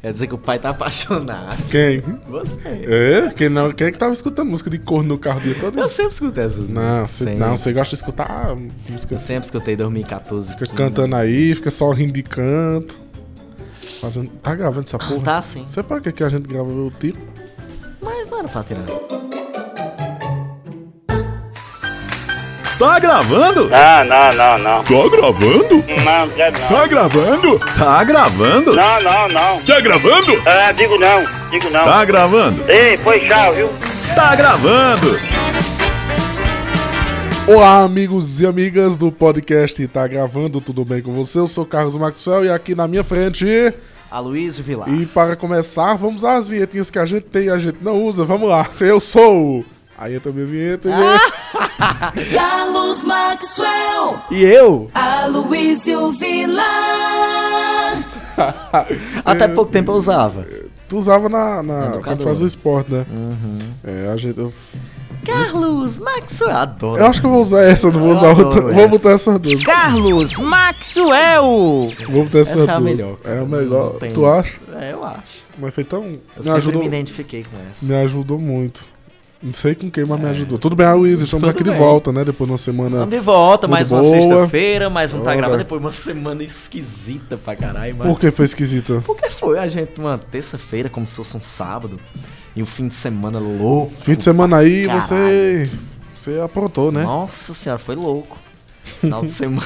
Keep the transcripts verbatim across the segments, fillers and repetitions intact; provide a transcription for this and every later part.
Quer dizer que o pai tá apaixonado. Quem? Você. É? Quem, não, quem é que tava escutando música de corno no carro o dia todo? Eu sempre escutei essas Não, músicas. você, sempre. não, você gosta de escutar música. Eu sempre escutei dois mil e catorze. Fica cantando aí, fica só rindo de canto. Fazendo, tá gravando essa porra? Tá sim. Você para que que a gente grava o tipo? Mas não era pra tirar. Tá gravando? Não, não, não, não. Tá gravando? Não, quero não. Tá gravando? Tá gravando? Não, não, não. Tá gravando? Ah, digo não, digo não. Tá gravando? Ei, foi tchau, viu? Tá gravando? Olá, amigos e amigas do podcast Tá Gravando, tudo bem com você? Eu sou Carlos Maxwell e aqui na minha frente... Aloysio Vilar. E para começar, vamos às vinhetinhas que a gente tem e a gente não usa. Vamos lá, eu sou... Aí entra a minha vinheta e... Ah! Carlos Maxwell. E eu? Aloysio Vilar. Até pouco tempo eu usava. Tu usava na, na Educador. quando fazia o esporte, né? Uhum. É, a gente... Eu, Carlos Maxwell. Adoro. eu acho que eu vou usar essa, não vou Eu usar adoro outra. essa. Vou botar essas duas. Carlos Maxwell. Vou botar essas Essa é a duas. melhor. É a melhor. Não tem- Tu acha? É, eu acho. Mas foi tão... Eu me sempre ajudou, me identifiquei com essa. me ajudou muito. Não sei com quem, mas me ajudou. Tudo bem, Luiz, estamos Tudo aqui bem. de volta, né? Depois de uma semana... Vamos de volta, muito mais uma boa. sexta-feira, mais um Tá Bora. Gravando, depois uma semana esquisita pra caralho. Mas... Por que foi esquisita? Porque foi a gente uma terça-feira, como se fosse um sábado, e um fim de semana louco. Fim de semana aí, Caralho. você... Você aprontou, né? Nossa senhora, foi louco. Final de semana.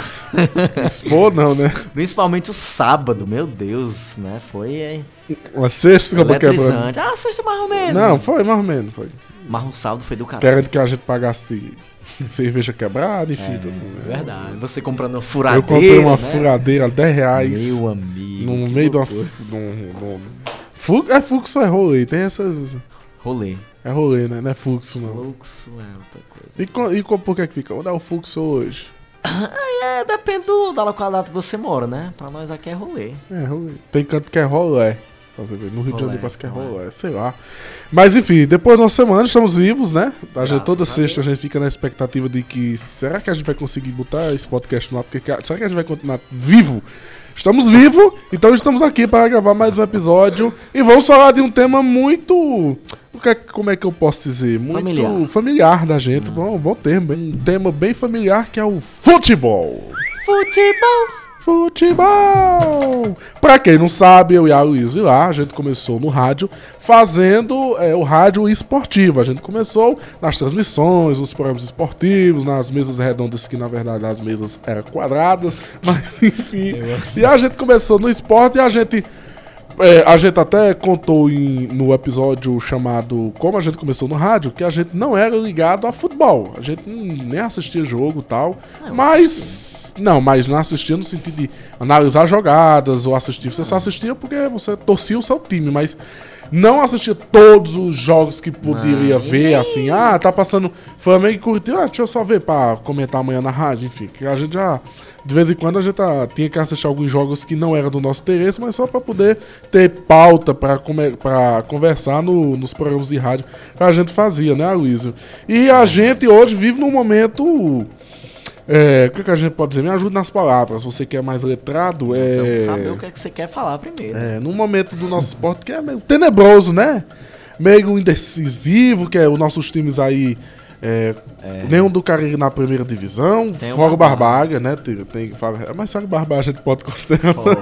Pô, não, né? Principalmente o sábado, meu Deus, né? Foi é, Uma sexta acabou quebrando. eletrizante. Ah, sexta mais ou menos. Não, foi mais ou menos, foi. Mas o sábado foi do caralho. Querendo que a gente pagasse cerveja quebrada, enfim. É, tudo, né? verdade. Você comprando uma furadeira, Eu comprei uma né? furadeira, dez reais. Meu amigo. No que meio de uma... loucura. num- num- Fu- É fluxo, é rolê. Tem essas... Rolê. É rolê, né? Não é fluxo, não. Fluxo é outra coisa. E, co- e co- por que que fica? Onde é o fluxo hoje? É, depende do, da localidade que você mora, né? Pra nós aqui é rolê. É, rolê. Tem canto que é rolé. Pra você ver. No Rio de Rolé, Janeiro parece que é rolé. rolé, sei lá. Mas enfim, depois de uma semana estamos vivos, né? A gente, Graças toda a sexta a Deus. gente fica na expectativa de que será que a gente vai conseguir botar esse podcast no ar? Porque que- será que a gente vai continuar vivo? Estamos vivos, então estamos aqui para gravar mais um episódio e vamos falar de um tema muito, o que é- como é que eu posso dizer, muito familiar, Familiar. da gente. Bom, bom termo, hein? Um tema bem familiar que é o futebol. Futebol! Futebol! Pra quem não sabe, eu e a Luiz Vilar, a gente começou no rádio fazendo é, o rádio esportivo. A gente começou nas transmissões, nos programas esportivos, nas mesas redondas, que na verdade as mesas eram quadradas, mas enfim. E a gente começou no esporte e a gente. É, a gente até contou em- no episódio chamado Como a gente começou no rádio, que a gente não era ligado a futebol. A gente hum, nem assistia jogo e tal. Mas. Não, mas não assistia no sentido de analisar jogadas ou assistir. Você só assistia porque você torcia o seu time, mas não assistia todos os jogos que poderia ver, assim. Ah, tá passando Flamengo e Curitiba. Ah, deixa eu só ver pra comentar amanhã na rádio, enfim. Que a gente já. De vez em quando a gente ah, tinha que assistir alguns jogos que não eram do nosso interesse, mas só pra poder ter pauta pra, come- pra conversar no- nos programas de rádio que a gente fazia, né, Aloysio? E a gente hoje vive num momento. É, o que, que a gente pode dizer? Me ajude nas palavras. Você que é mais letrado, é. Vamos saber o que é que você quer falar primeiro. É, num momento do nosso esporte que é meio tenebroso, né? Meio indecisivo, que é os nossos times aí. É, Nenhum do Cariri na primeira divisão, Tem o fora o Barbaga. Barbaga, né? Tem, tem que falar. Mas só que o Barbaga a gente pode considerar. Porra.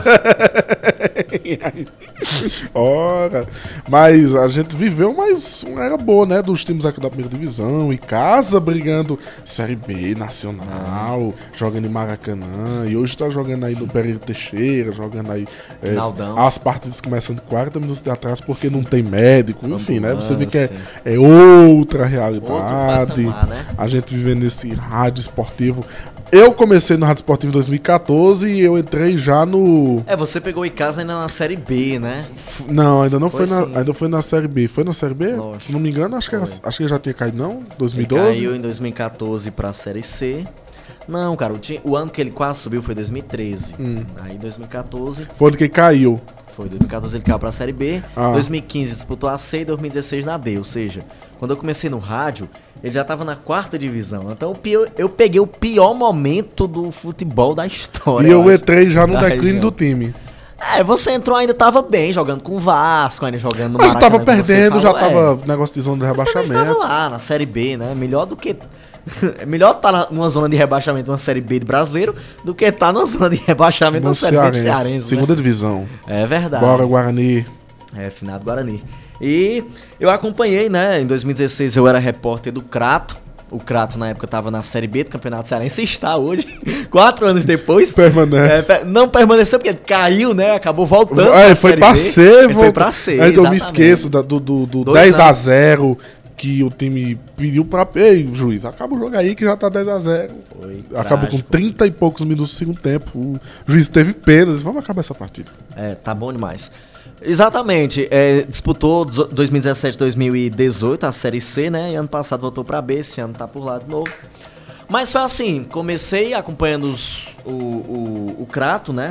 Ora, mas a gente viveu mais uma era boa, né? Dos times aqui da primeira divisão, e casa brigando Série B, Nacional, jogando em Maracanã, e hoje tá jogando aí no Pereira Teixeira, jogando aí é, Naldão. as partidas começando quarenta minutos de atrás porque não tem médico, enfim, né? Você vê que é, Ambulância. é outra Outro realidade. patamar, né? A gente vivendo nesse rádio esportivo. Eu comecei no rádio esportivo em dois mil e catorze e eu entrei já no. É, você pegou em casa ainda na série B, né? Não, ainda não foi, Foi na, sim. ainda foi na Série B. Foi na Série B? Lógico. Se não me engano, acho que, era- Foi. acho que já tinha caído, não? dois mil e Ele doze? caiu em dois mil e catorze pra série C. Não, cara, o, ti- o ano que ele quase subiu foi dois mil e treze. Hum. Aí em dois mil e catorze, Foi onde que caiu. foi dois mil e catorze ele caiu pra série B. Ah. dois mil e quinze disputou a C e dois mil e dezesseis na D. Ou seja, quando eu comecei no rádio, ele já tava na quarta divisão. Então o pior- eu peguei o pior momento do futebol da história. e eu acho. entrei já no Da declínio região. do time. É, você entrou ainda tava bem, jogando com o Vasco, ainda jogando no Mas Maracanã, tava que você perdendo, já falou, tava negócio de zona de é. Mas também estava rebaixamento. lá, na Série B, né? Melhor do que... É melhor estar tá numa zona de rebaixamento, uma Série B de brasileiro, do que estar tá numa zona de rebaixamento, No uma Série B de Cearense, cearense, segunda né? divisão. É verdade. Bora, Guarani. É, finado Guarani. E eu acompanhei, né? Em dois mil e dezesseis eu era repórter do Crato. O Crato na época estava na Série B do Campeonato Cearense e está hoje, quatro anos depois. Permanece. É, não permaneceu porque ele caiu, né? Acabou voltando É, pra foi Série pra B. C, Ele voltou. foi pra C, Ainda eu me exatamente. esqueço da- do, do, do Dois dez a anos. zero que o time pediu pra... Ei, juiz, acaba o jogo aí que já tá dez a zero. Foi Acabou com trágico. trinta e poucos minutos do segundo tempo. O juiz teve pena, disse, vamos acabar essa partida. É, tá bom demais. Exatamente, é, disputou dois mil e dezessete, dois mil e dezoito a Série C, né? E ano passado voltou pra B, esse ano tá por lá de novo. Mas foi assim, comecei acompanhando os, o, o, o Crato, né?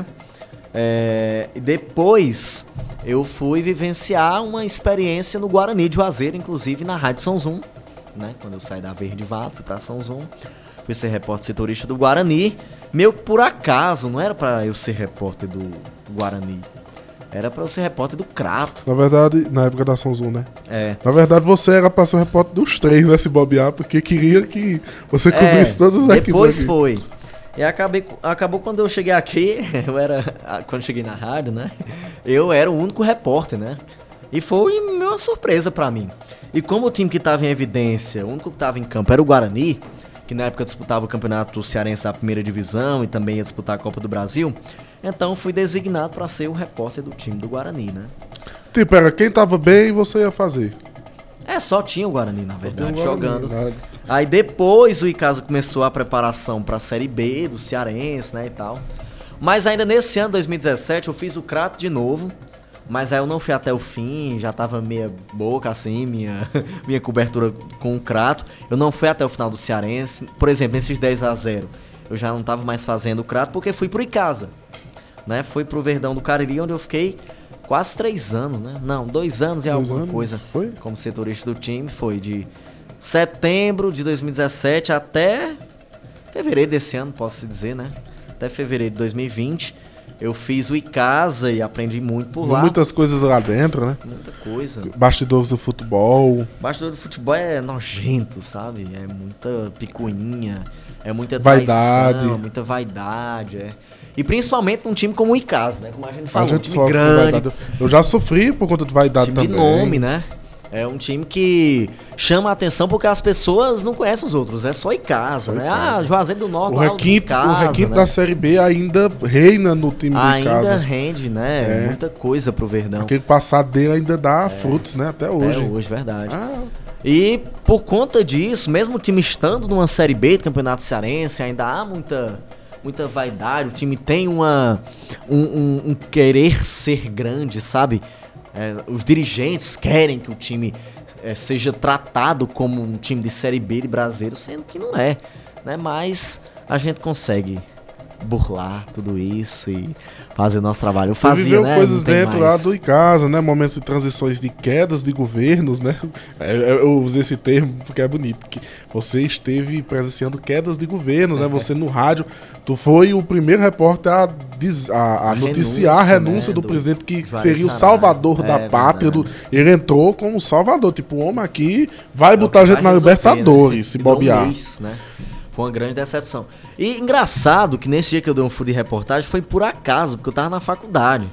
É, e depois eu fui vivenciar uma experiência no Guarani de Juazeiro, inclusive na Rádio São Zoom, né? Quando eu saí da Verde Vato, fui pra São Zoom, fui ser repórter setorista do Guarani. Meio que por acaso, não era pra eu ser repórter do Guarani. Era pra eu ser repórter do Crato. Na verdade, na época da São Zoom, né? É. Na verdade, você era pra ser o repórter dos três, né? Se bobear, porque queria que você É, cobrisse todas as equipes depois aqui. foi. E acabei, acabou quando eu cheguei aqui, eu era, quando eu cheguei na rádio, né? Eu era o único repórter, né? E foi uma surpresa pra mim. E como o time que tava em evidência, o único que tava em campo era o Guarani, que na época disputava o campeonato cearense da primeira divisão e também ia disputar a Copa do Brasil, então fui designado pra ser o repórter do time do Guarani, né? Tipo, era quem tava bem, você ia fazer. É, só tinha o Guarani, na verdade, Tinha o Guarani, jogando. nada. Aí depois o Icasa começou a preparação pra Série B do Cearense, né, e tal. Mas ainda nesse ano, dois mil e dezessete, eu fiz o Crato de novo. Mas aí eu não fui até o fim, já tava meia boca assim, minha, minha cobertura com o Crato. Eu não fui até o final do Cearense. Por exemplo, nesses dez a zero, eu já não tava mais fazendo o Crato porque fui pro Icasa. Né? Fui pro Verdão do Cariri, onde eu fiquei quase três anos, né? Não, dois anos e Dois alguma anos? coisa. Foi? Como setorista do time, foi de setembro de dois mil e dezessete até fevereiro desse ano, posso dizer, né? Até fevereiro de dois mil e vinte. Eu fiz o Icasa e aprendi muito por lá. Muitas coisas lá dentro, né? Muita coisa. Bastidores do futebol. Bastidor do futebol é nojento, sabe? É muita picuinha, é muita Vaidade. traição, é muita vaidade, é. E principalmente num time como o Icasa, né? Como a gente A falou, um gente time sofre grande, vaidade. Eu já sofri por conta de vaidade time de também. nome, né? É um time que chama a atenção porque as pessoas não conhecem os outros, é só Icasa, né? Ah, Juazeiro do Norte, O lá, requinte, Icasa, o requinte né? da Série B ainda reina no time do Ainda Icasa. rende, né? É. Muita coisa pro Verdão. Aquele passado dele ainda dá frutos, né? Até hoje. Até hoje, verdade. Ah, E por conta disso, mesmo o time estando numa Série B do Campeonato Cearense, ainda há muita, muita vaidade. O time tem uma, um, um- um querer ser grande, sabe? É, os dirigentes querem que o time é, seja tratado como um time de Série B de brasileiro, sendo que não é, né? Mas a gente consegue burlar tudo isso e fazer nosso trabalho. Eu você fazia, viveu né? coisas Não tem dentro mais. lá do Icasa, né? Momentos de transições de quedas de governos, né? É, é, Eu usei esse termo porque é bonito. Que você esteve presenciando quedas de governo, né? Você no rádio, tu foi o primeiro repórter a, diz- a- a A noticiar a renúncia, renúncia né, do, do presidente que Juarez seria o Saraiva. salvador da É, pátria. Do, verdade. ele entrou como salvador. Tipo, o homem aqui vai É o botar a que gente vai na resolver, Libertadores, né? se E durou um bobear. mês, né? Foi uma grande decepção. E engraçado que nesse dia que eu dei um furo de reportagem foi por acaso, porque eu tava na faculdade.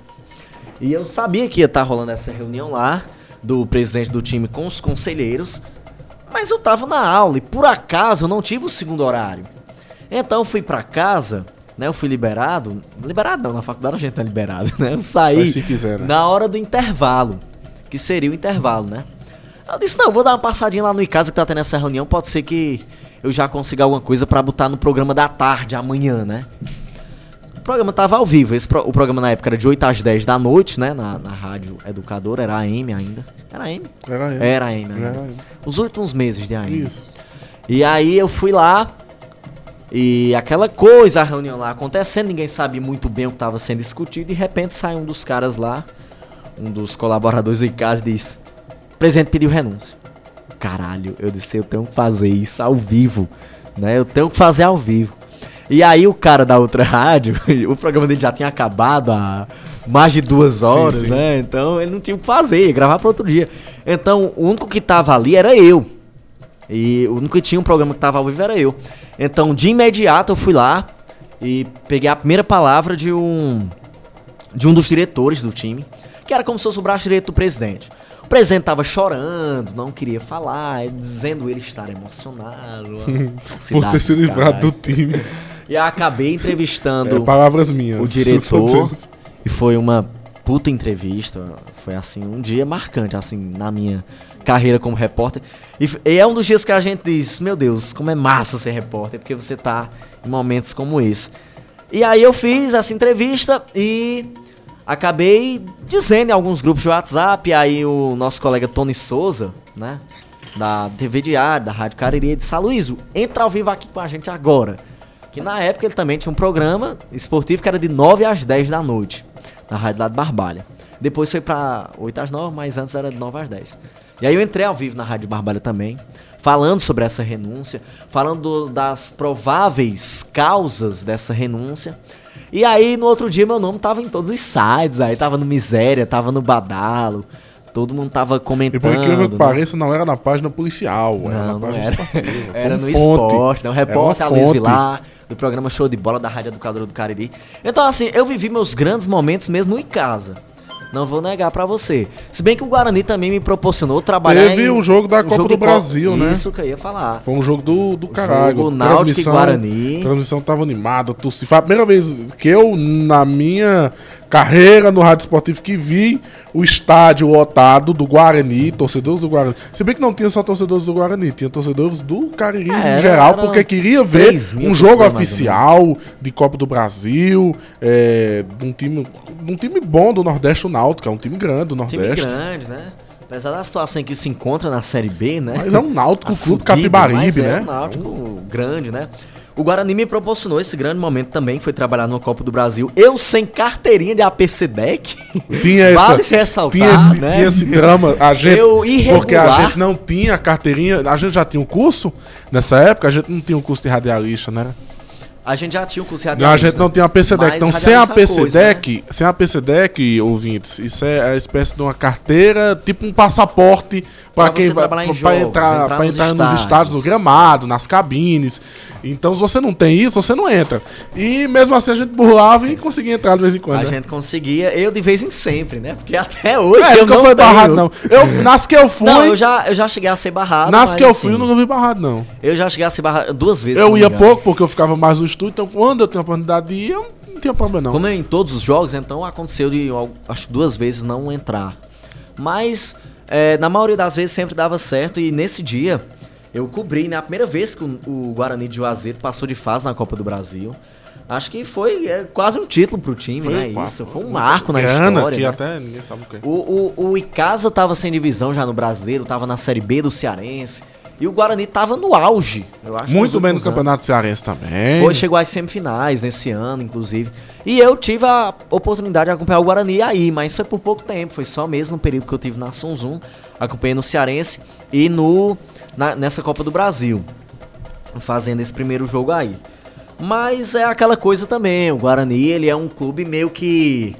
E eu sabia que ia estar rolando essa reunião lá, do presidente do time com os conselheiros, mas eu tava na aula e por acaso eu não tive o segundo horário. Então eu fui pra casa, né? Eu fui liberado. Liberado não, na faculdade a gente é liberado, né? Eu saí Faz se quiser, né? na hora do intervalo, que seria o intervalo, né? Eu disse, não, vou dar uma passadinha lá no Icasa que tá tendo essa reunião, pode ser que eu já consiga alguma coisa pra botar no programa da tarde, amanhã, né? O programa tava ao vivo, esse pro- o programa na época era de oito às dez da noite, né? Na, na rádio educadora, era A M ainda. Era A M? Era ele. Era A M ainda. Era ele. Os últimos meses de A M. Isso. E aí eu fui lá e aquela coisa, a reunião lá acontecendo, ninguém sabia muito bem o que estava sendo discutido, e de repente sai um dos caras lá, um dos colaboradores do Icasa, e diz: o presidente pediu renúncia. Caralho, eu disse, eu tenho que fazer isso ao vivo, né? Eu tenho que fazer ao vivo. E aí o cara da outra rádio, o programa dele já tinha acabado há mais de duas horas, sim. né? Então ele não tinha o que fazer, ia gravar para outro dia. Então o único que tava ali era eu. E o único que tinha um programa que tava ao vivo era eu. Então de imediato eu fui lá e peguei a primeira palavra de um de um dos diretores do time, que era como se fosse o braço direito do presidente. O presidente tava chorando, não queria falar, dizendo ele estar emocionado. Por ter se livrado do time. E eu acabei entrevistando É, palavras minhas. o diretor e foi uma puta entrevista. Foi assim, um dia marcante, assim, na minha carreira como repórter. E, e é um dos dias que a gente diz, meu Deus, como é massa ser repórter, porque você tá em momentos como esse. E aí eu fiz essa entrevista e acabei dizendo em alguns grupos de WhatsApp, aí o nosso colega Tony Souza, né, da T V Diário, da Rádio Cariri, disse, Aloysio, entra ao vivo aqui com a gente agora. Que na época ele também tinha um programa esportivo que era de nove às dez da noite, na Rádio lá de Barbalha. Depois foi pra oito às nove, mas antes era de nove às dez. E aí eu entrei ao vivo na Rádio Barbalha também, falando sobre essa renúncia, falando das prováveis causas dessa renúncia. E aí, no outro dia, meu nome tava em todos os sites, aí tava no Miséria, tava no Badalo, todo mundo tava comentando. E por incrível que né? pareça, não era na página policial, era Não, na não página era. esportiva. Era como no fonte. esporte, né? O Era repórter uma Aloysio fonte. Vilar, do programa Show de Bola da Rádio Educadora do Cariri. Então, assim, eu vivi meus grandes momentos mesmo em casa. Não vou negar pra você. Se bem que o Guarani também me proporcionou trabalhar Teve em... um jogo da Copa jogo do de Co- Brasil, né? Isso que eu ia falar. Foi um jogo do, do caralho. Jogo Náutico e Guarani. A transmissão tava animada. Torci. Foi a primeira vez que eu, na minha carreira no Rádio Esportivo, que vi o estádio lotado do Guarani, torcedores do Guarani. Se bem que não tinha só torcedores do Guarani, tinha torcedores do Cariri É, em era- geral, era porque queria ver três mil um jogo pessoas, mais ou oficial de Copa do Brasil, é, de um time, de um time bom do Nordeste, o Náutico, é um time grande do Time Nordeste. grande, né? Apesar da situação em que se encontra na Série B, né? Mas é um Náutico, Tá Clube fudido, Capibaribe, mas né? É um Náutico grande, né? O Guarani me proporcionou esse grande momento também, que foi trabalhar numa Copa do Brasil. Eu sem carteirinha de A P C D E C. Tinha essa, Vale se ressaltar, tinha esse, né? tinha esse drama. A gente, Eu irregular. porque a gente não tinha carteirinha. A gente já tinha um curso nessa época. A gente não tinha um curso de radialista, né? A gente já tinha um curso de Não, a radialista. gente não tinha a P C D E C. Mas Então, sem a radialista é P C D E C, coisa, né? sem a P C D E C, ouvintes, isso é a espécie de uma carteira, tipo um passaporte para Pra quem você vai trabalhar em pra jogos, entrar, entrar pra nos entrar nos estádios. estádios, no gramado, nas cabines. Então, se você não tem isso, você não entra. E mesmo assim a gente burlava e conseguia entrar de vez em quando. A né? gente conseguia, eu de vez em sempre, né? Porque até hoje É, eu nunca não foi tenho. barrado, não. Eu, nas que eu fui. Não, eu já, eu já cheguei a ser barrado. Nas mas, que eu assim, fui, eu nunca vi barrado, não. Eu já cheguei a ser barrado duas vezes. se Eu não ia me engano. pouco, porque eu ficava mais no estúdio, então quando eu tinha a oportunidade de ir, eu não tinha problema, não. Como é em todos os jogos, então aconteceu de, eu acho, duas vezes não entrar. Mas, é, na maioria das vezes sempre dava certo e nesse dia eu cobri, né? A primeira vez que o, o Guarani de Juazeiro passou de fase na Copa do Brasil. Acho que foi é, quase um título pro time, né? quase, Isso, foi um muita marco na grana, história. que né? até ninguém sabe o que é. O, o, o Icasa tava sem divisão já no Brasileiro, tava na Série B do Cearense. E o Guarani tava no auge, eu acho. Muito nos bem no últimos Campeonato Cearense também. Foi, chegou às semifinais nesse ano, inclusive. E eu tive a oportunidade de acompanhar o Guarani aí, mas foi por pouco tempo. Foi só mesmo no período que eu tive na Sonzum. Acompanhei no Cearense e no, na- nessa Copa do Brasil. Fazendo esse primeiro jogo aí. Mas é aquela coisa também. O Guarani, ele é um clube meio que...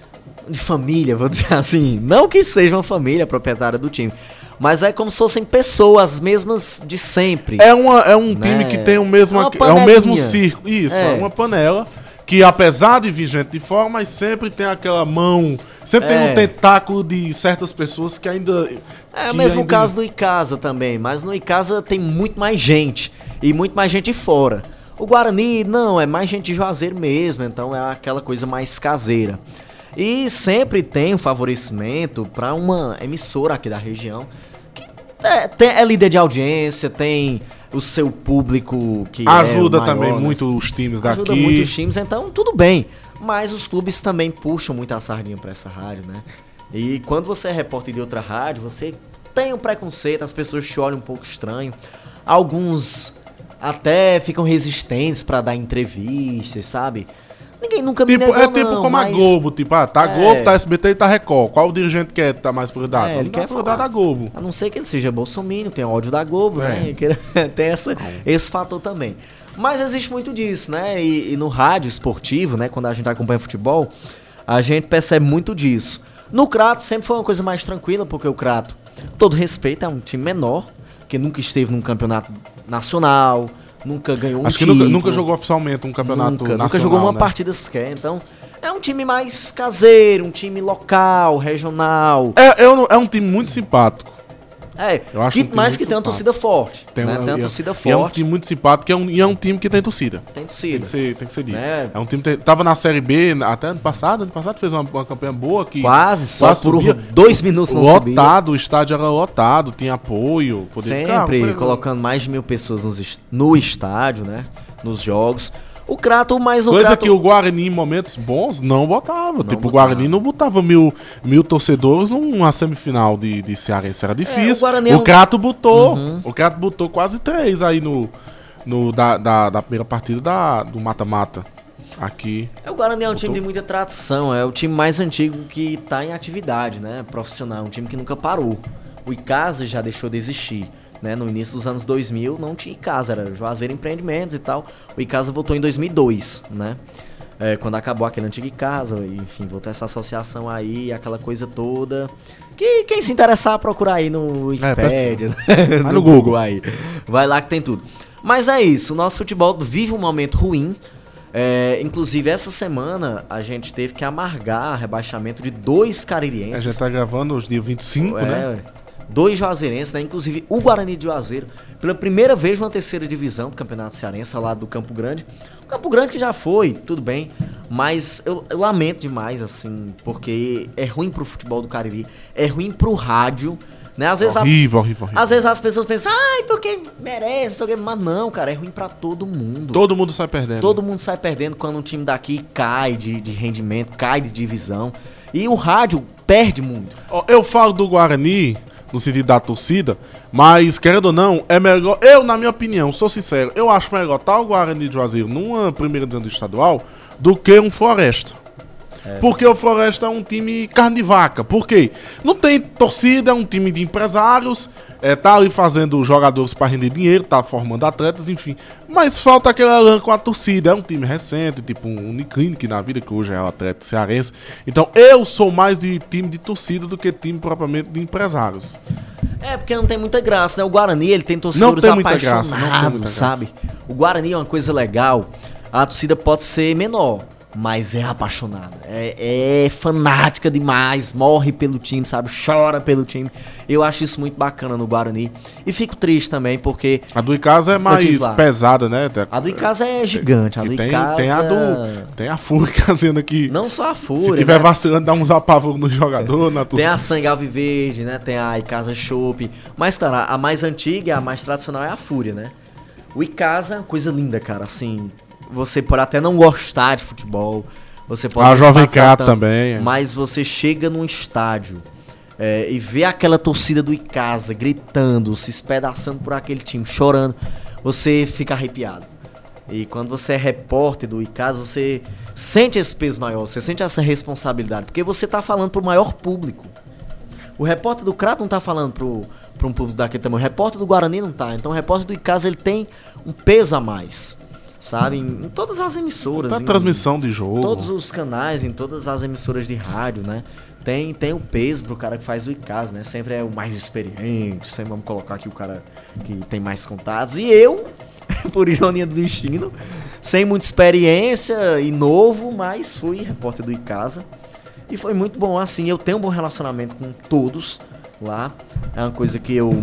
de família, vou dizer assim. Não que seja uma família proprietária do time. Mas é como se fossem pessoas, as mesmas de sempre. É, uma, é um Né? time que tem o mesmo, É uma é o mesmo panelinha. circo. Isso, é. É. uma panela. Que apesar de vir gente de fora, mas sempre tem aquela mão. Sempre tem É. um tentáculo de certas pessoas que ainda. É o que mesmo ainda- caso do Icasa também, mas no Icasa tem muito mais gente e muito mais gente fora. O Guarani, não, é mais gente de Juazeiro mesmo, então é aquela coisa mais caseira. E sempre tem um favorecimento para uma emissora aqui da região que é, tem- é líder de audiência, tem o seu público que Ajuda é o maior, também né? muito os times daqui. Ajuda muito os times, então tudo bem. Mas os clubes também puxam muito a sardinha pra essa rádio, né? E quando você é repórter de outra rádio, você tem um preconceito, as pessoas te olham um pouco estranho. Alguns até ficam resistentes pra dar entrevistas, sabe? Ninguém nunca me Tipo, negou, é tipo não, como a mas- Globo, tipo, ah, tá É. Globo, tá S B T e tá Record. Qual o dirigente quer tá mais prioridade? É, Vamos ele dar quer prioridade falar. da Globo. A não ser que ele seja bolsominion, tem ódio da Globo, É. né? Que- Tem essa, esse fator também. Mas existe muito disso, né? E, e no rádio esportivo, né? Quando a gente acompanha futebol, A gente percebe muito disso. No Crato sempre foi uma coisa mais tranquila, porque o Crato, com todo respeito, é um time menor, que nunca esteve num campeonato nacional, nunca ganhou um Acho que título. nunca, nunca jogou oficialmente um campeonato nunca, nacional, nunca jogou uma né? partida sequer. Então, é um time mais caseiro, um time local, regional. É, é, um, é um time muito simpático. É, Eu acho que, um time mas muito que tem uma simpático. torcida forte. Tem, né? um- tem uma e é- torcida e é um forte, time muito simpático e é um, e é um time que tem torcida. tem Tem torcida. que ser, tem que ser dito. Né? É um time que tem- tava na Série B até ano passado. Ano passado fez uma, uma campanha boa que Quase, só por subia. dois minutos não subia. Lotado, o estádio era lotado, tinha apoio. poder- Sempre Cara, colocando mais de mil pessoas nos est- no estádio, né? Nos jogos. O Crato, mais o Coisa Crato... que o Guarani, em momentos bons, não botava. tipo, botava. o Guarani não botava mil, mil torcedores numa semifinal de, de Cearense. Era difícil. o Guarani é o um- Crato botou. Uhum. O Crato botou quase três aí no, no, da, da, da primeira partida da, do mata-mata. Aqui. É, o Guarani é um time de muita tradição, é o time mais antigo que tá em atividade, né? Profissional, um time que nunca parou. O Icasa já deixou de existir. Né, no início dos anos dois mil não tinha Icasa, era Juazeiro Empreendimentos e tal. O Icasa voltou em dois mil e dois, né? É, quando acabou aquele antigo Icasa, enfim, voltou essa associação aí, aquela coisa toda. Que quem se interessar, procurar aí no Wikipedia, né? Vai no Google. aí. Vai lá que tem tudo. Mas é isso, o nosso futebol vive um momento ruim. É, inclusive, essa semana a gente teve que amargar rebaixamento de dois A caririenses. gente tá gravando hoje, dia vinte e cinco, É, né? dois juazeirenses, né? Inclusive o Guarani de Juazeiro, pela primeira vez numa terceira divisão do Campeonato Cearense, lá do Campo Grande. O Campo Grande que já foi, tudo bem, mas eu, eu lamento demais, assim, porque é ruim pro futebol do Cariri, é ruim pro rádio, né? Às vezes, a- Horrível, horrível, horrível. às vezes as pessoas pensam, ai, porque merece, sei o quê. Mas não, cara, é ruim pra todo mundo. Todo mundo sai perdendo. Todo mundo sai perdendo quando um time daqui cai de, de rendimento, cai de divisão. E o rádio perde muito. Ó, eu falo do Guarani, no sentido da torcida, mas, querendo ou não, é melhor... Eu, na minha opinião, sou sincero, eu acho melhor estar o Guarani de Juazeiro numa primeira divisão do estadual do que um Floresta. Porque o Floresta é um time carne de vaca. Por quê? Não tem torcida, é um time de empresários, é, tá ali fazendo jogadores para render dinheiro, tá formando atletas, enfim. Mas falta aquele elan com a torcida. É um time recente, tipo um Uniclinic na vida, que hoje é o atleta cearense. Então eu sou mais de time de torcida do que time propriamente de empresários. É, porque não tem muita graça, né? O Guarani, ele tem torcedores Não tem muita apaixonados, graça, não tem muita sabe? O Guarani é uma coisa legal, a torcida pode ser menor, mas é apaixonada. É, é fanática demais, morre pelo time, sabe? Chora pelo time. Eu acho isso muito bacana no Guarani. E fico triste também, porque A do Icasa é tive mais lá. pesada, né? a do Icasa é gigante. A Que do tem, Icasa... tem a do. Tem a Fúria fazendo aqui. Não só a Se Fúria, tiver né? vacilando, dá uns apavoros no jogador, na Tem torcida. a Sangue Alviverde, né? Tem a Icasa Chopp. Mas, cara, a mais antiga e a mais tradicional é a Fúria, né? O Icasa, coisa linda, cara. Assim, você pode até não gostar de futebol. Você pode A não Jovem simpatizar K tanto, também, é. Mas você chega num estádio é, e vê aquela torcida do Icasa gritando, se espedaçando por aquele time, chorando. Você fica arrepiado. E quando você é repórter do Icasa, você sente esse peso maior, você sente essa responsabilidade, porque você tá falando pro maior público. O repórter do Crato não tá falando pro, pro um público daquele tamanho, o repórter do Guarani não tá. Então o repórter do Icasa, ele tem um peso a mais, sabe? Em, em todas as emissoras. Tá em transmissão de jogo. todos os canais, em todas as emissoras de rádio, né? Tem, tem o peso pro cara que faz o Icasa, né? Sempre é o mais experiente, sempre vamos colocar aqui o cara que tem mais contatos. E eu, por ironia do destino, sem muita experiência e novo, mas fui repórter do Icasa. E foi muito bom, assim, eu tenho um bom relacionamento com todos lá. É uma coisa que eu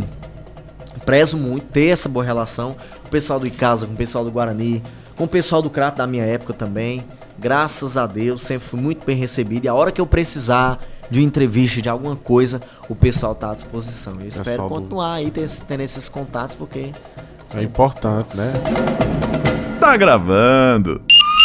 prezo muito, ter essa boa relação. Com o pessoal do Icasa, com o pessoal do Guarani, com o pessoal do Crato da minha época também. Graças a Deus, sempre fui muito bem recebido. E a hora que eu precisar de uma entrevista, de alguma coisa, o pessoal tá à disposição. Eu espero Pessoal do- continuar aí ter- tendo esses contatos, porque... É importante, né? Tá gravando.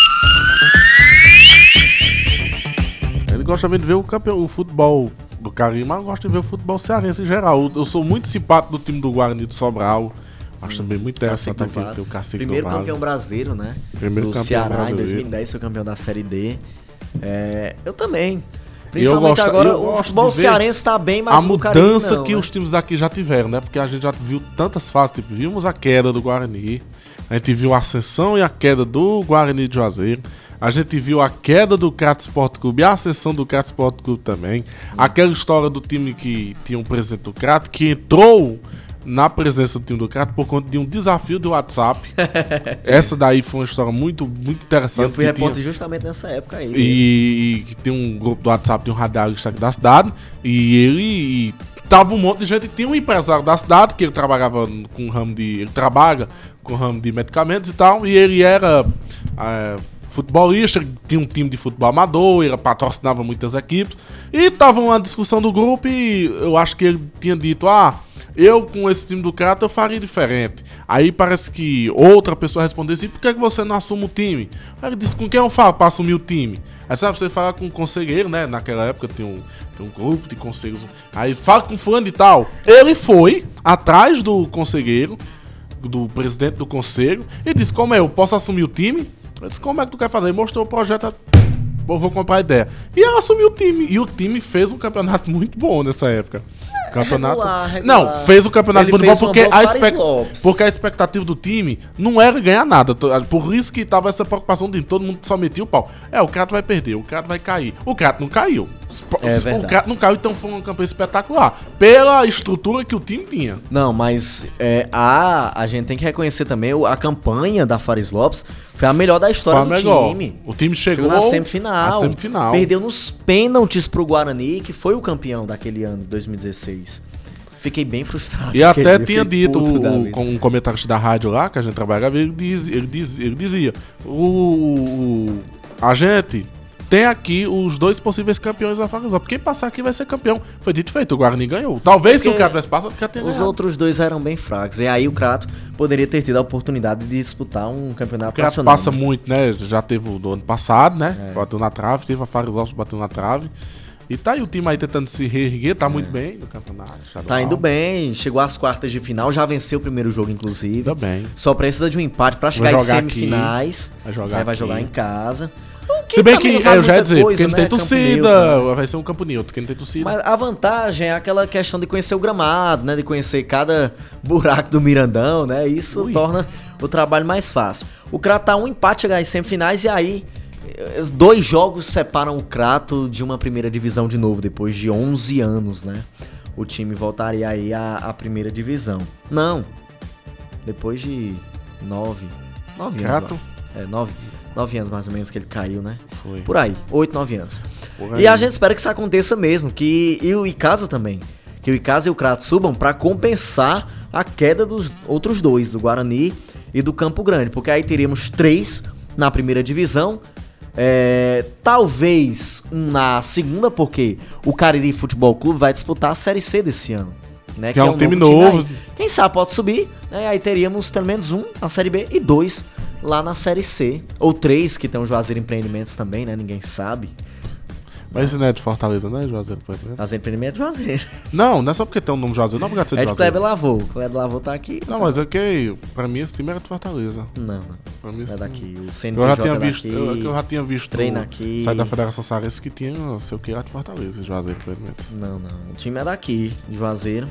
Ele gosta também de ver o, campeão, o futebol do Cariri, mas gosta de ver o futebol cearense em geral. Eu sou muito simpático do time do Guarani de Sobral. Acho também muito interessante Cacique do aqui Vale. ter o Cacique Primeiro do Vale. campeão brasileiro, né? Primeiro do campeão Ceará em brasileiro. dois mil e dez foi campeão da Série D. É, eu também. E eu Principalmente gosto- agora, eu o gosto futebol de ver cearense tá bem, mas a o do Cariri mudança não, que né? os times daqui já tiveram, né? Porque a gente já viu tantas fases, tipo, vimos a queda do Guarani, a gente viu a ascensão e a queda do Guarani de Juazeiro, A gente viu a queda do Crato Esporte Clube e a ascensão do Crato Esporte Clube também. Aquela história do time que tinha um presidente do Crato que entrou na presença do time do Crato por conta de um desafio do WhatsApp. Essa daí foi uma história muito, muito interessante. Eu fui que repórter tinha... justamente nessa época aí. E, e que tem um grupo do WhatsApp de um radialista aqui da cidade. E ele... E tava um monte de gente. Tinha um empresário da cidade que ele trabalhava com o ramo de... Ele trabalha com o ramo de medicamentos e tal. E ele era... É, futebolista, tinha um time de futebol amador, ele patrocinava muitas equipes, e tava uma discussão do grupo e eu acho que ele tinha dito, ah, eu com esse time do Crato eu faria diferente. Aí parece que outra pessoa respondeu assim, por que que você não assume o time? Aí ele disse, com quem eu falo pra assumir o time? Aí sabe, você fala com um conselheiro, né, naquela época tinha um, tinha um grupo de conselheiros, aí fala com fulano e tal. Ele foi atrás do conselheiro, do presidente do conselho, e disse, como é, eu posso assumir o time? Eu disse, como é que tu quer fazer? Ele mostrou o projeto, eu vou comprar a ideia. E ela assumiu o time. E o time fez um campeonato muito bom nessa época. Campeonato... regular, regular. Não, fez um campeonato Ele muito bom fez uma porque boa a, Fares expect... Lopes. porque a expectativa do time não era ganhar nada. Por isso que tava essa preocupação do time. Todo mundo só metia o pau. É, o Crato vai perder, o Crato vai cair. O Crato não caiu. É o verdade. Crato não caiu, então foi uma campanha espetacular. Pela estrutura que o time tinha. Não, mas é, a, a gente tem que reconhecer também o- a campanha da Fares Lopes foi a melhor da história Foi a do melhor. time. O time chegou, Chegou na semifinal. na semifinal. Perdeu nos pênaltis pro Guarani, que foi o campeão daquele ano, dois mil e dezesseis. Fiquei bem frustrado. E até aquele dia, tinha fiquei dito, puto da o, vida. com um comentarista da rádio lá, que a gente trabalhava, ele, diz, ele, diz, ele dizia, o, o- a gente tem aqui os dois possíveis campeões da Fares Lopes. Quem passar aqui vai ser campeão. Foi dito e feito, o Guarani ganhou. Talvez se o Porque Crato tivesse passado, o Crato tenha Os ganhado. outros dois eram bem fracos. E aí o Crato poderia ter tido a oportunidade de disputar um campeonato O Crato nacional. passa né? muito, né? Já teve o do ano passado, né? É. Bateu na trave, teve a Fares Lopes, bateu na trave. E tá aí o time aí tentando se reerguer, tá muito bem no campeonato. Tá estadual. indo bem, chegou às quartas de final, já venceu o primeiro jogo, inclusive. Ainda bem. Só precisa de um empate pra chegar em jogar aqui, semifinais. vai jogar Aí vai aqui. jogar em casa. O Se bem também que, não vale é, eu já ia muita dizer, coisa, porque não né? tem Campo torcida, neutro, né? vai ser um campo neutro, porque não tem torcida. Mas a vantagem é aquela questão de conhecer o gramado, né? De conhecer cada buraco do Mirandão, né? Isso Ui. torna o trabalho mais fácil. O Crato tá um empate chegar em semifinais e aí eh, dois jogos separam o Crato de uma primeira divisão de novo, depois de onze anos, né? O time voltaria aí à, à primeira divisão. Não. Depois de nove. Nove anos. Crato? eu acho. É, nove, nove anos mais ou menos que ele caiu, né? Foi. Por aí, oito, nove anos. Por E aí. a gente espera que isso aconteça mesmo, que e o Icasa também, que o Icasa e o Crato subam pra compensar a queda dos outros dois, do Guarani e do Campo Grande, porque aí teríamos três na primeira divisão, é, talvez um na segunda, porque o Cariri Futebol Clube vai disputar a Série C desse ano. Né, Que é um time novo. aí. Quem sabe pode subir, né? Aí teríamos pelo menos um na Série B e dois lá na Série C. Ou três, que tem o Juazeiro Empreendimentos também, né? Ninguém sabe. Mas esse não é de Fortaleza, né, Juazeiro? Juazeiro Empreendimentos é Juazeiro. Não, não é só porque tem um nome Juazeiro, não é obrigado a ser de É de Juazeiro. Kleber Lavô. Kleber Lavô tá aqui. Não, mas é que, pra mim, esse time era de Fortaleza. Não, não. Pra mim, Não esse é time- daqui. O Eu já C N P J tinha é visto, daqui. eu, eu já tinha visto treina aqui. sair da Federação Cearense que tinha, não sei o que, era de Fortaleza, Juazeiro, Empreendimentos. Não, não. O time é daqui, de Juazeiro.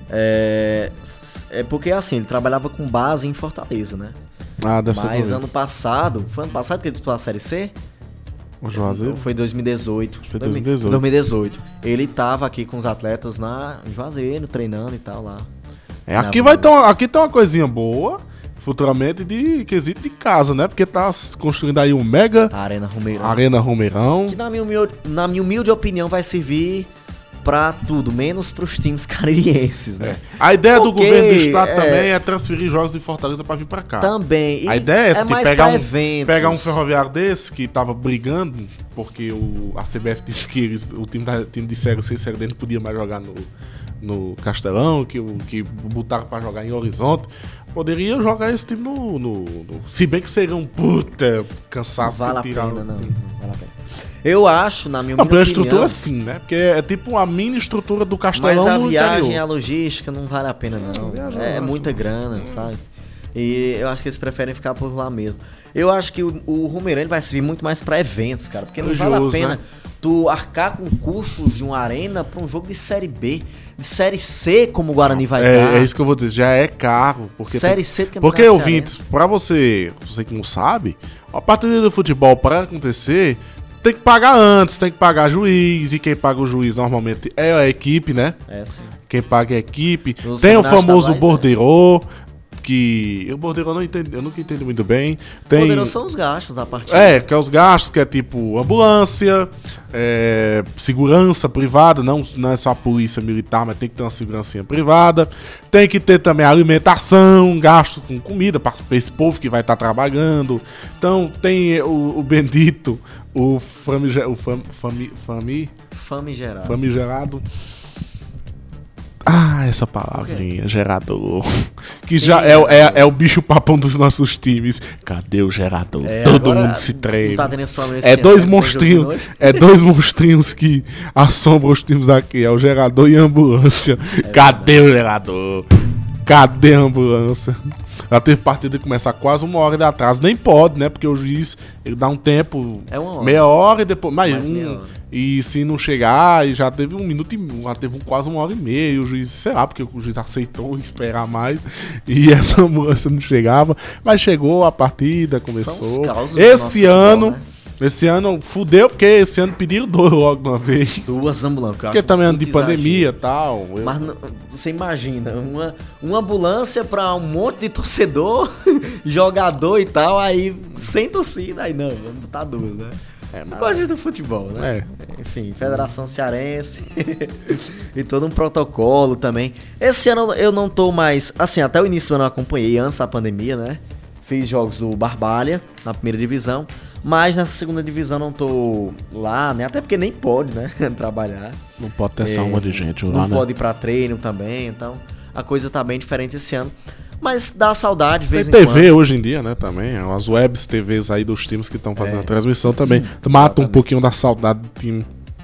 É... é porque, assim, ele trabalhava com base em Fortaleza, né? Ah, deve Mas ser ano passado... Foi ano passado que ele disputou a Série C? o Juazeiro. Ou foi dois mil e dezoito? Foi dois mil e dezoito. dois mil e dezoito. Ele tava aqui com os atletas na em Juazeiro, treinando e tal lá. É, aqui, vai ter uma, aqui tem uma coisinha boa, futuramente, de quesito de casa, né? Porque tá construindo aí um mega A Arena Romeirão. Arena Romeirão. Que na minha, humilde, na minha humilde opinião vai servir pra tudo, menos pros times caririenses, né? É. A ideia do Porque, governo do estado é, também é transferir jogos de Fortaleza pra vir pra cá. Também. E A ideia é essa, de mais pegar pra um, eventos. pegar um ferroviário desse que tava brigando, porque o, a C B F disse que eles, o time, da, time de Série C e Série D não podia mais jogar no, no Castelão, que, o- que botaram pra jogar em Horizonte. Poderia jogar esse time no, no- no- Se bem que seria um puta cansaço Vale a de tirar pena, o- não. Não vale a pena. Eu acho, na minha Não, pela humilde opinião... estrutura sim, né? Porque é tipo uma mini estrutura do Castelão Mas a no viagem, interior. a logística não vale a pena, não. viagem É, é muita grana, sabe? E eu acho que eles preferem ficar por lá mesmo. Eu acho que o, o Romeirão ele vai servir muito mais pra eventos, cara. Porque não vale a Religioso, pena né? tu arcar com custos de uma arena pra um jogo de Série B. De Série C, como o Guarani vai dar. É, é isso que eu vou dizer, já é caro. Porque Série tem- C do Campeonato Porque, Cearense. ouvintes, pra você, você que não sabe, A partida de futebol, para acontecer, tem que pagar antes, tem que pagar juiz. E quem paga o juiz normalmente é a equipe, né? É, sim. Quem paga é a equipe. Os Tem o campeonatos famoso estaduais, borderô, que... O borderô eu, não entendi, eu nunca entendi muito bem. Tem... Poderoso são os gastos da partida. É, que é os gastos, que é tipo ambulância, é, segurança privada, não, não é só a polícia militar, mas tem que ter uma segurancinha privada. Tem que ter também alimentação, gasto com comida para esse povo que vai estar trabalhando. Então tem o, o bendito, o, famige, o fam, fami, fami, Famigerado. famigerado. Ah, essa palavrinha, gerador. Que Sim, já é, é, é o bicho papão dos nossos times. Cadê o gerador? É, Todo agora mundo se treme. não tá tendo esse problema esse É ano, dois né? monstrinhos. Jogo de noite. É dois monstrinhos que assombram os times daqui. É o gerador e a ambulância. Cadê o gerador? Cadê a ambulância? Já teve partida que começar quase uma hora de atraso. Nem pode, né? Porque o juiz ele dá um tempo. É uma hora. Meia hora e depois. Mais, Mais um. meia hora. E se não chegar, e já teve um minuto e já teve um, quase uma hora e meia. E o juiz, sei lá, porque o juiz aceitou esperar mais. E essa ambulância não chegava. Mas chegou a partida, começou. São os causos do Esse nosso ano. futebol, né? Esse ano fudeu, porque esse ano pediram dois logo de uma vez. Duas ambulâncias. que eu Porque acho também ano de muito pandemia e exagero. tal. eu- Mas não- você imagina, uma, uma ambulância pra um monte de torcedor, jogador e tal, aí sem torcida, aí não, vamos botar duas, né? É, mas- Coisas do futebol, né? Enfim, Federação Cearense e todo um protocolo também. Esse ano eu não tô mais, assim, até o início do ano eu acompanhei, antes da pandemia, né? Fiz jogos do Barbalha na primeira divisão, mas nessa segunda divisão não tô lá, né? Até porque nem pode, né? Trabalhar. Não pode ter essa É, uma de gente Não lá, né? pode ir pra treino também, então a coisa tá bem diferente esse ano. Mas dá saudade, de Tem vez em T V quando. hoje em dia, né, também. As webs T Vs aí dos times que estão fazendo É. a transmissão também. Mata um Exatamente. pouquinho da saudade do time.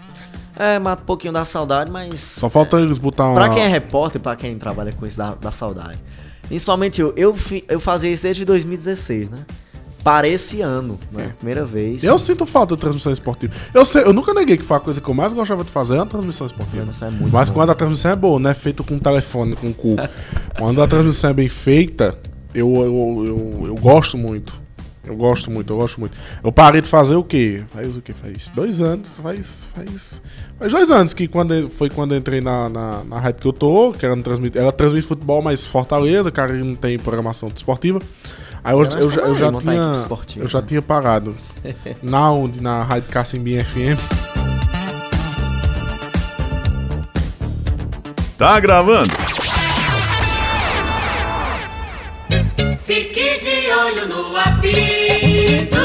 É, mata um pouquinho da saudade, mas... Só falta eles botar uma... Pra quem é repórter, pra quem trabalha com isso, dá, dá saudade. Principalmente eu, eu, fi- eu fazia isso desde dois mil e dezesseis, né? Para esse ano, né? Primeira vez. Eu sinto falta de transmissão esportiva. Eu, sei, eu nunca neguei que foi a coisa que eu mais gostava de fazer, é a transmissão esportiva. Transmissão é muito Mas bom. quando a transmissão é boa, não é feita com um telefone, com o cu. Quando a transmissão é bem feita, eu, eu, eu, eu gosto muito. Eu gosto muito, eu gosto muito. Eu parei de fazer o quê? Faz o quê? Faz dois anos, faz... Faz, faz dois anos que quando, foi quando eu entrei na, na, na rádio que eu tô, que ela, não transmite, ela transmite futebol, mas Fortaleza, cara, não tem programação esportiva. Aí eu, Então eu, nós já- eu estamos já aí, montar a tinha, equipe esportiva, eu já né? tinha parado. Na onde? Na Rádio Cacimbim F M. Tá gravando? Fique de olho no apito.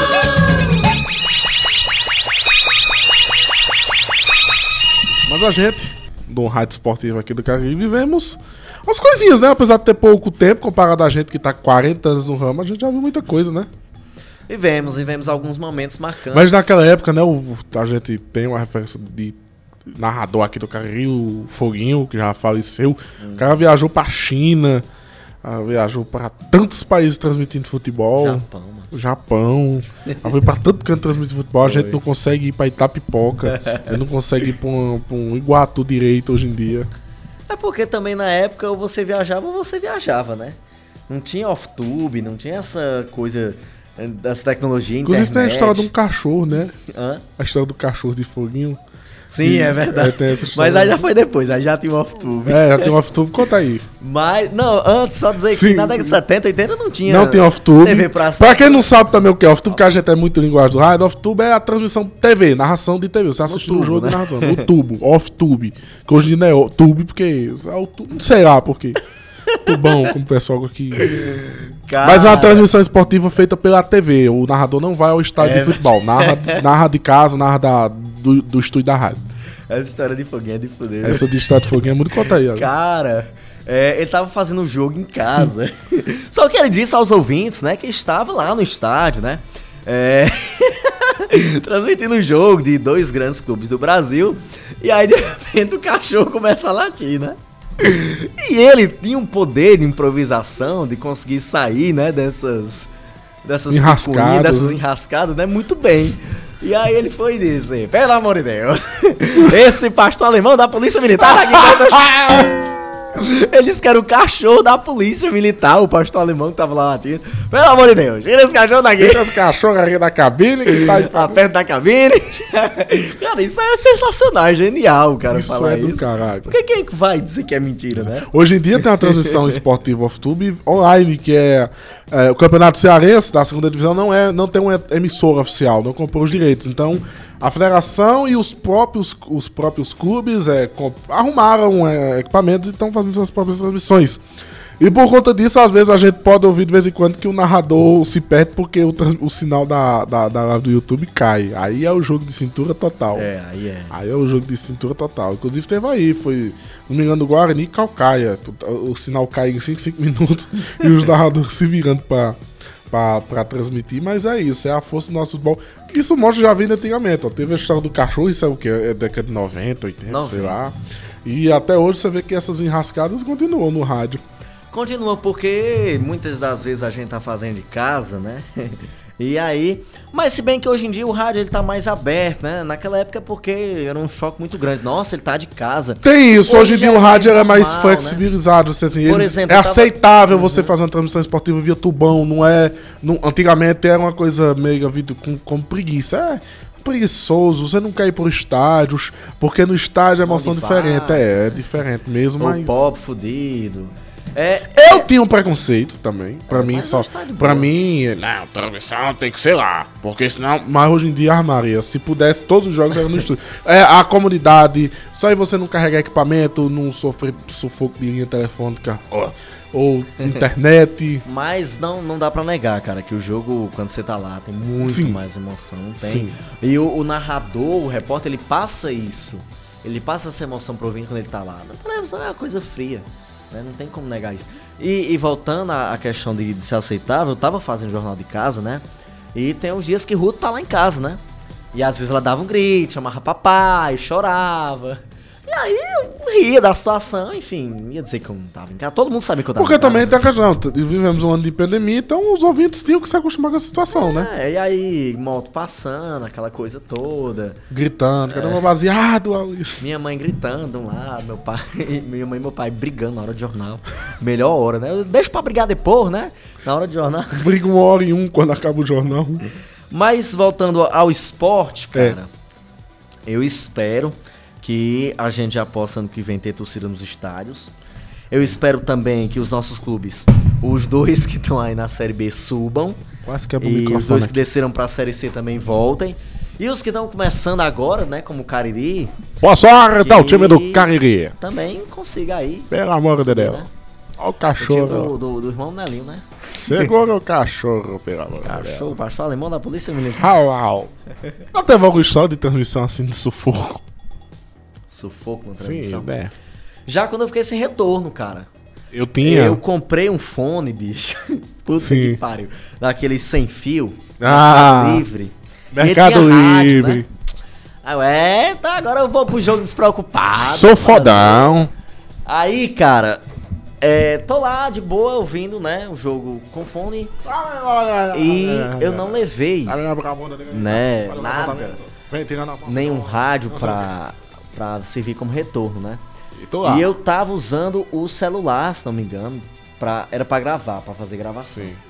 Mas a gente, do Rádio Esportivo aqui do Cariri, vivemos umas coisinhas, né? Apesar de ter pouco tempo, comparado a gente que tá com quarenta anos no ramo, a gente já viu muita coisa, né? Vivemos, vivemos alguns momentos marcantes. Mas naquela época, né, o, a gente tem uma referência de narrador aqui do Cariri, o Foguinho, que já faleceu. O cara viajou pra China, ah, viajou pra tantos países transmitindo futebol. Japão, mano. Japão. Ela foi pra tanto canto transmitir futebol. A gente não consegue ir pra Itapipoca. A gente não consegue ir pra um, pra um Iguatu direito hoje em dia. É porque também na época ou você viajava ou você viajava, né? Não tinha off-tube, não tinha essa coisa eh, dessa tecnologia, Inclusive internet. tem a história de um cachorro, né? Hã? A história do cachorro de Foguinho. Sim, E- é verdade. é, tem essa história. Mas aí já foi depois, aí já tinha o off-tube. É, já tem um off-tube. Conta aí. Mas, não, antes, só dizer Sim. que na década de setenta, oitenta não tinha... Não tem off-tube. T V pra... Pra quem não sabe também o que é off-tube, porque a gente é muito linguagem do rádio, off-tube é a transmissão T V, narração de T V. Você assistindo o tubo, jogo né? e narração. No tubo, off-tube. Que hoje em dia não é tube, porque... É o tu- não sei lá por quê. Tubão, como o pessoal aqui... Cara, Mas é uma transmissão esportiva feita pela T V. O narrador não vai ao estádio É, de futebol. Narra, narra de casa, narra da, do, do estúdio da rádio. Essa história de foguinho é de fuder. Essa de estádio de foguinho é muito conta aí. ó. Cara, é, ele tava fazendo o jogo em casa. Só que ele disse aos ouvintes, né, que estava lá no estádio, né? É... transmitindo o jogo de dois grandes clubes do Brasil. E aí, de repente, o cachorro começa a latir, né? E ele tinha um poder de improvisação, de conseguir sair, né, dessas... Dessas Enrascadas, picuinhas, dessas né? enrascadas, né? Muito bem. E aí ele foi dizer, pelo amor de Deus, esse pastor alemão da polícia militar aqui dentro... Eles querem o cachorro da polícia militar, o pastor alemão que tava lá latindo. Pelo amor de Deus, tira esse cachorro daqui. Tira esse cachorro aqui da cabine que tá, Tá perto da cabine. Cara, isso é sensacional, é genial, cara, Isso falar é do isso. caralho. Porque quem vai dizer que é mentira, né? Hoje em dia tem uma transmissão esportiva off-tube online, que é, é o Campeonato Cearense da segunda divisão não, é, não tem uma emissora oficial, não comprou os direitos. Então, a federação e os próprios, os próprios clubes é, comp- arrumaram é, equipamentos e estão fazendo suas próprias transmissões. E por conta disso, às vezes a gente pode ouvir de vez em quando que o narrador se perde porque o, trans- o sinal da, da, da live do YouTube cai. Aí é o jogo de cintura total. É, aí é. Aí é o jogo de cintura total. Inclusive teve aí, foi, não me engano, do Guarani e Calcaia. O, o sinal cai em cinco, cinco minutos e os narradores se virando pra, pra, pra transmitir. Mas é isso, é a força do nosso futebol. Isso mostra já vindo antigamente. Ó. Teve a história do cachorro, isso é o quê? É década de noventa, oitenta, noventa. sei lá. E até hoje você vê que essas enrascadas continuam no rádio. Continua porque muitas das vezes a gente tá fazendo de casa, né? E aí, mas se bem que hoje em dia o rádio ele tá mais aberto, né? Naquela época porque era um choque muito grande. Nossa, ele tá de casa. Tem isso, hoje, Hoje em dia já o é rádio mais é mais normal, flexibilizado. Assim, Por eles- exemplo, é eu tava- aceitável você fazer uma transmissão esportiva via tubão, não é. Não, antigamente era uma coisa meio vida com, com preguiça. É preguiçoso, você não quer ir por estádios, porque no estádio é emoção Onde diferente. vai. É, é diferente mesmo, O mas. pobre fudido. É, Eu tinha um preconceito também. Pra É, mim, mas só. hoje tá de Pra boa. mim, não, transmissão tem que ser lá. Porque senão. Mas hoje em dia, armaria. Se pudesse, todos os jogos eram no estúdio. É, a comunidade, só aí você não carregar equipamento, não sofrer sufoco de linha telefônica. ó, Ou internet. Mas não, não dá pra negar, cara, que o jogo, quando você tá lá, tem muito Sim. mais emoção, não tem? Sim. E o, o narrador, o repórter, ele passa isso. Ele passa essa emoção pro ouvinte quando ele tá lá. Na televisão é uma coisa fria, né? Não tem como negar isso. E, e voltando à à questão de, de ser aceitável, eu tava fazendo jornal de casa, né? E tem uns dias que Ruth tá lá em casa, né? E às vezes ela dava um grito, chamava papai, chorava. E aí eu ria da situação, enfim, ia dizer que eu não tava em casa. Todo mundo sabia que eu tava Porque em casa. também né? tem a questão. t- Vivemos um ano de pandemia, então os ouvintes tinham que se acostumar com a situação, né? É, e aí, moto passando, aquela coisa toda. Gritando, cadê uma baseado, Aloysio? Minha mãe gritando de um lado, meu pai, minha mãe e meu pai brigando na hora de jornal. Melhor hora, né? Eu deixo pra brigar depois, né? Na hora de jornal. Briga uma hora em um quando acaba o jornal. Mas voltando ao esporte, cara, eu espero que a gente já possa ano que vem ter torcida nos estádios. Eu espero também que os nossos clubes, os dois que estão aí na Série B, subam. Quase quebra o E os microfone dois que aqui. desceram pra Série C também voltem. E os que estão começando agora, né, como o Cariri, Boa sorte, Que- o time do Cariri. também consiga aí. Pelo amor de subir, Deus. né? Olha o O time cachorro. do, do, do irmão Nelinho, né? Segura o cachorro, pelo amor de Deus. Cachorro, pastor alemão da polícia militar. Au, au. Não teve alguma história de transmissão assim de sufoco? Sufoco na Sim, transmissão. né? Já quando eu fiquei sem retorno, cara. Eu tinha. Eu comprei um fone, bicho. Puta Sim. que pariu. Daquele sem fio. Ah, Mercado Livre. Mercado E ele tinha rádio, Livre. né? Aí eu, é, tá, agora eu vou pro jogo despreocupado. Sou fodão. Aí, cara, é, tô lá de boa ouvindo, né, o jogo com fone. E eu não levei, né, nada, nenhum rádio pra, pra servir como retorno, né? E tô lá. E eu tava usando o celular, se não me engano, pra, era pra gravar, pra fazer gravação. Sim.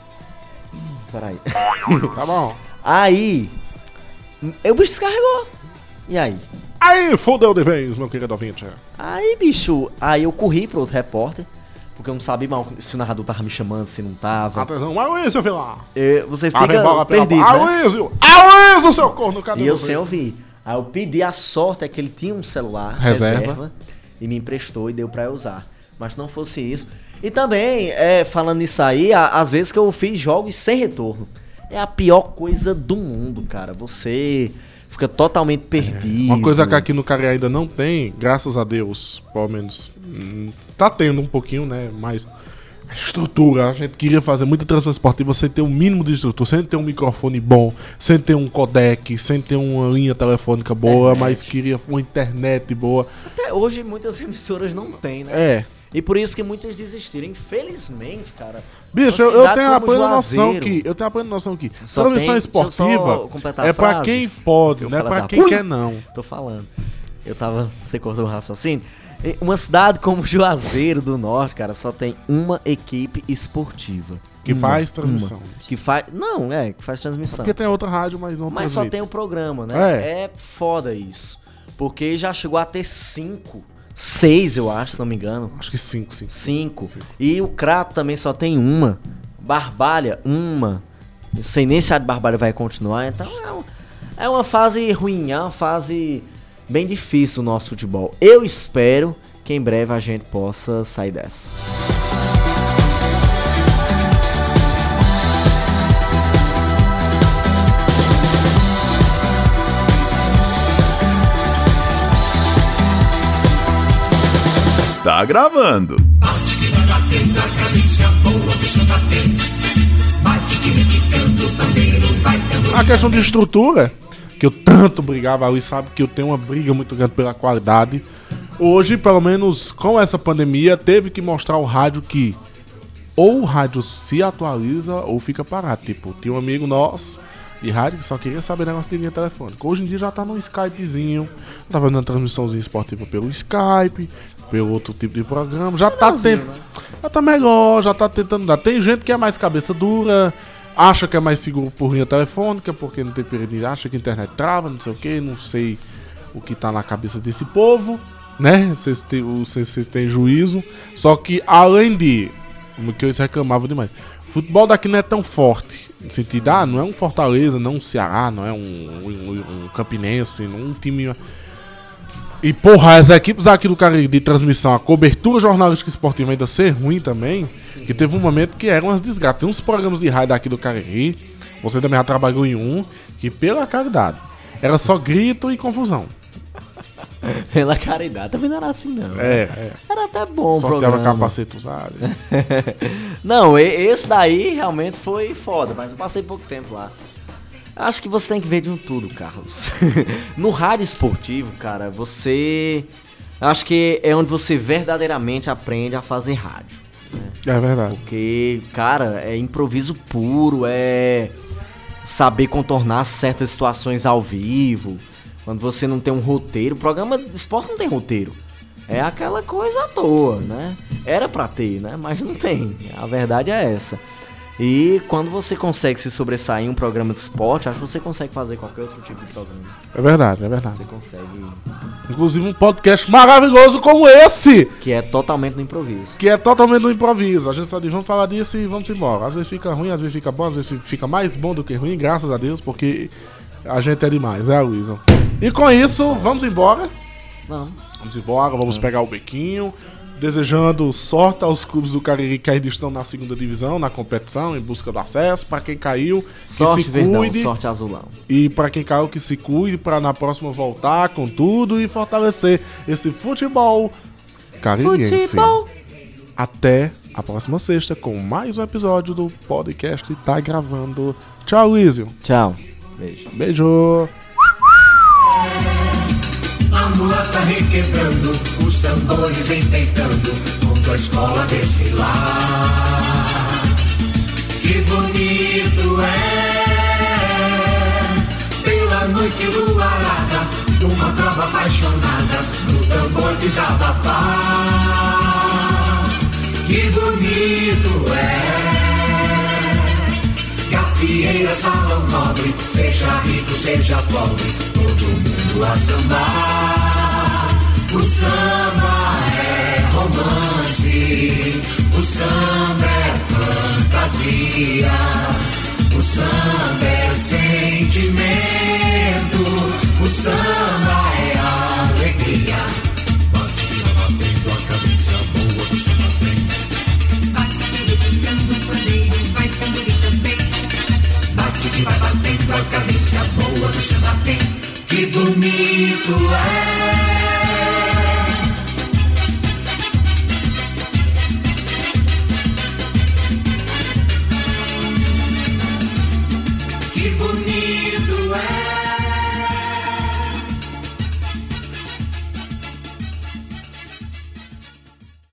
Peraí. Tá bom. Aí, eu bicho descarregou. E aí? Aí, fodeu de vez, meu querido ouvinte. Aí, bicho, aí eu corri pro outro repórter, porque eu não sabia mal se o narrador tava me chamando, se não tava. Atenção, Aloysio, filho lá. E você Ah, vem fica bola pela perdido, bola. né? Aloysio! Aloysio, seu corno, cadê E eu você? sem ouvir. Aí eu pedi, a sorte é que ele tinha um celular Reserva. reserva, e me emprestou e deu pra eu usar. Mas se não fosse isso. E também, é, falando nisso aí, a- às vezes que eu fiz jogos sem retorno. É a pior coisa do mundo, cara. Você fica totalmente perdido. Uma coisa que aqui no Cariri ainda não tem, graças a Deus, pelo menos, hum, tá tendo um pouquinho, né, mas a estrutura, a gente queria fazer muita transmissão esportiva sem ter o mínimo de estrutura, sem ter um microfone bom, sem ter um codec, sem ter uma linha telefônica boa, Internet. mas queria uma internet boa. Até hoje muitas emissoras não têm, né? É. E por isso que muitas desistiram. Infelizmente, cara. Bicho, uma eu, eu cidade tenho a como plena noção Juazeiro, que. Eu tenho a plena noção que. Só Transmissão tem- deixa eu só esportiva completar a é pra frase, quem pode, que eu não é falo pra da quem puta. quer, não. Tô falando. Eu tava. Você cortou o raciocínio. Uma cidade como Juazeiro do Norte, cara, só tem uma equipe esportiva. Que Uma, faz transmissão. uma. Que faz. Não, é, que faz transmissão. Porque tem outra rádio, mas não Mas transmite. só tem o programa, né? É. É foda isso. Porque já chegou a ter cinco. Seis, eu acho, se não me engano. Acho que cinco, cinco. Cinco. Cinco. E o Crato também só tem uma. Barbalha, uma. Não sei nem se a de Barbalha vai continuar. Então é, um, é uma fase ruim, é uma fase bem difícil do nosso futebol. Eu espero que em breve a gente possa sair dessa. Tá gravando. A questão de estrutura, que eu tanto brigava, ali sabe que eu tenho uma briga muito grande pela qualidade. Hoje, pelo menos com essa pandemia, teve que mostrar ao rádio que ou o rádio se atualiza ou fica parado. Tipo, tinha um amigo nosso de rádio que só queria saber negócio de linha telefônica. Hoje em dia já tá no Skypezinho, tá fazendo uma transmissãozinha esportiva pelo Skype, pelo outro tipo de programa. Já tá tentando. Já tá melhor, já tá tentando dar. Tem gente que é mais cabeça dura, acha que é mais seguro por linha telefônica, porque não tem perigo, acha que a internet trava, não sei o que, não sei o que tá na cabeça desse povo, né? Vocês têm, vocês, vocês têm juízo. Só que além de, como que eu reclamava demais, futebol daqui não é tão forte. No sentido, ah, não é um Fortaleza, não um Ceará, não é um, um, um Campinense, não um time. E porra, as equipes aqui do Cariri de transmissão, a cobertura jornalística esportiva ainda ser ruim também, que teve um momento que eram umas desgraças. Tem uns programas de rádio aqui do Cariri, você também já trabalhou em um, que pela caridade, era só grito e confusão. Pela caridade, também não era assim não. É, é. Era até bom o Sorteava programa. capacete usado. Não, e- esse daí realmente foi foda, mas eu passei pouco tempo lá. Acho que você tem que ver de um tudo, Carlos. No rádio esportivo, cara, você... Acho que é onde você verdadeiramente aprende a fazer rádio. Né? É verdade. Porque, cara, é improviso puro, é saber contornar certas situações ao vivo. Quando você não tem um roteiro, o programa de esporte não tem roteiro. É aquela coisa à toa, né? Era pra ter, né? Mas não tem. A verdade é essa. E quando você consegue se sobressair em um programa de esporte, acho que você consegue fazer qualquer outro tipo de programa. É verdade, é verdade. Você consegue... Inclusive um podcast maravilhoso como esse, Que é totalmente no improviso. que é totalmente no improviso. A gente só diz, vamos falar disso e vamos embora. Às vezes fica ruim, às vezes fica bom, às vezes fica mais bom do que ruim, graças a Deus, porque a gente é demais, é a Luísa. E com isso, vamos embora. Vamos. Vamos embora, vamos pegar o bequinho. Desejando sorte aos clubes do Cariri que ainda estão na segunda divisão, na competição, em busca do acesso. Para quem caiu, que Sorte se verdão, cuide. sorte azulão. E para quem caiu, que se cuide, para na próxima voltar com tudo e fortalecer esse futebol caririense. Futebol. Até a próxima sexta com mais um episódio do podcast Tá Gravando. Tchau, Luísio. Tchau. Beijo. Beijo. A mulata requebrando, os tambores enfeitando, junto à escola desfilar. Que bonito é, pela noite luarada, uma trova apaixonada, no tambor desabafar. Que bonito é, gafieira, salão nobre, seja rico, seja pobre, todo mundo a sambar. O samba é romance, o samba é fantasia, o samba é sentimento, o samba é alegria. Bate que vai batendo a cabeça boa do samba tem. Bate que vai tocando o pandeiro e vai tamborim também. Bate que vai batendo a cabeça boa do samba tem. Que bonito é. Que bonito é.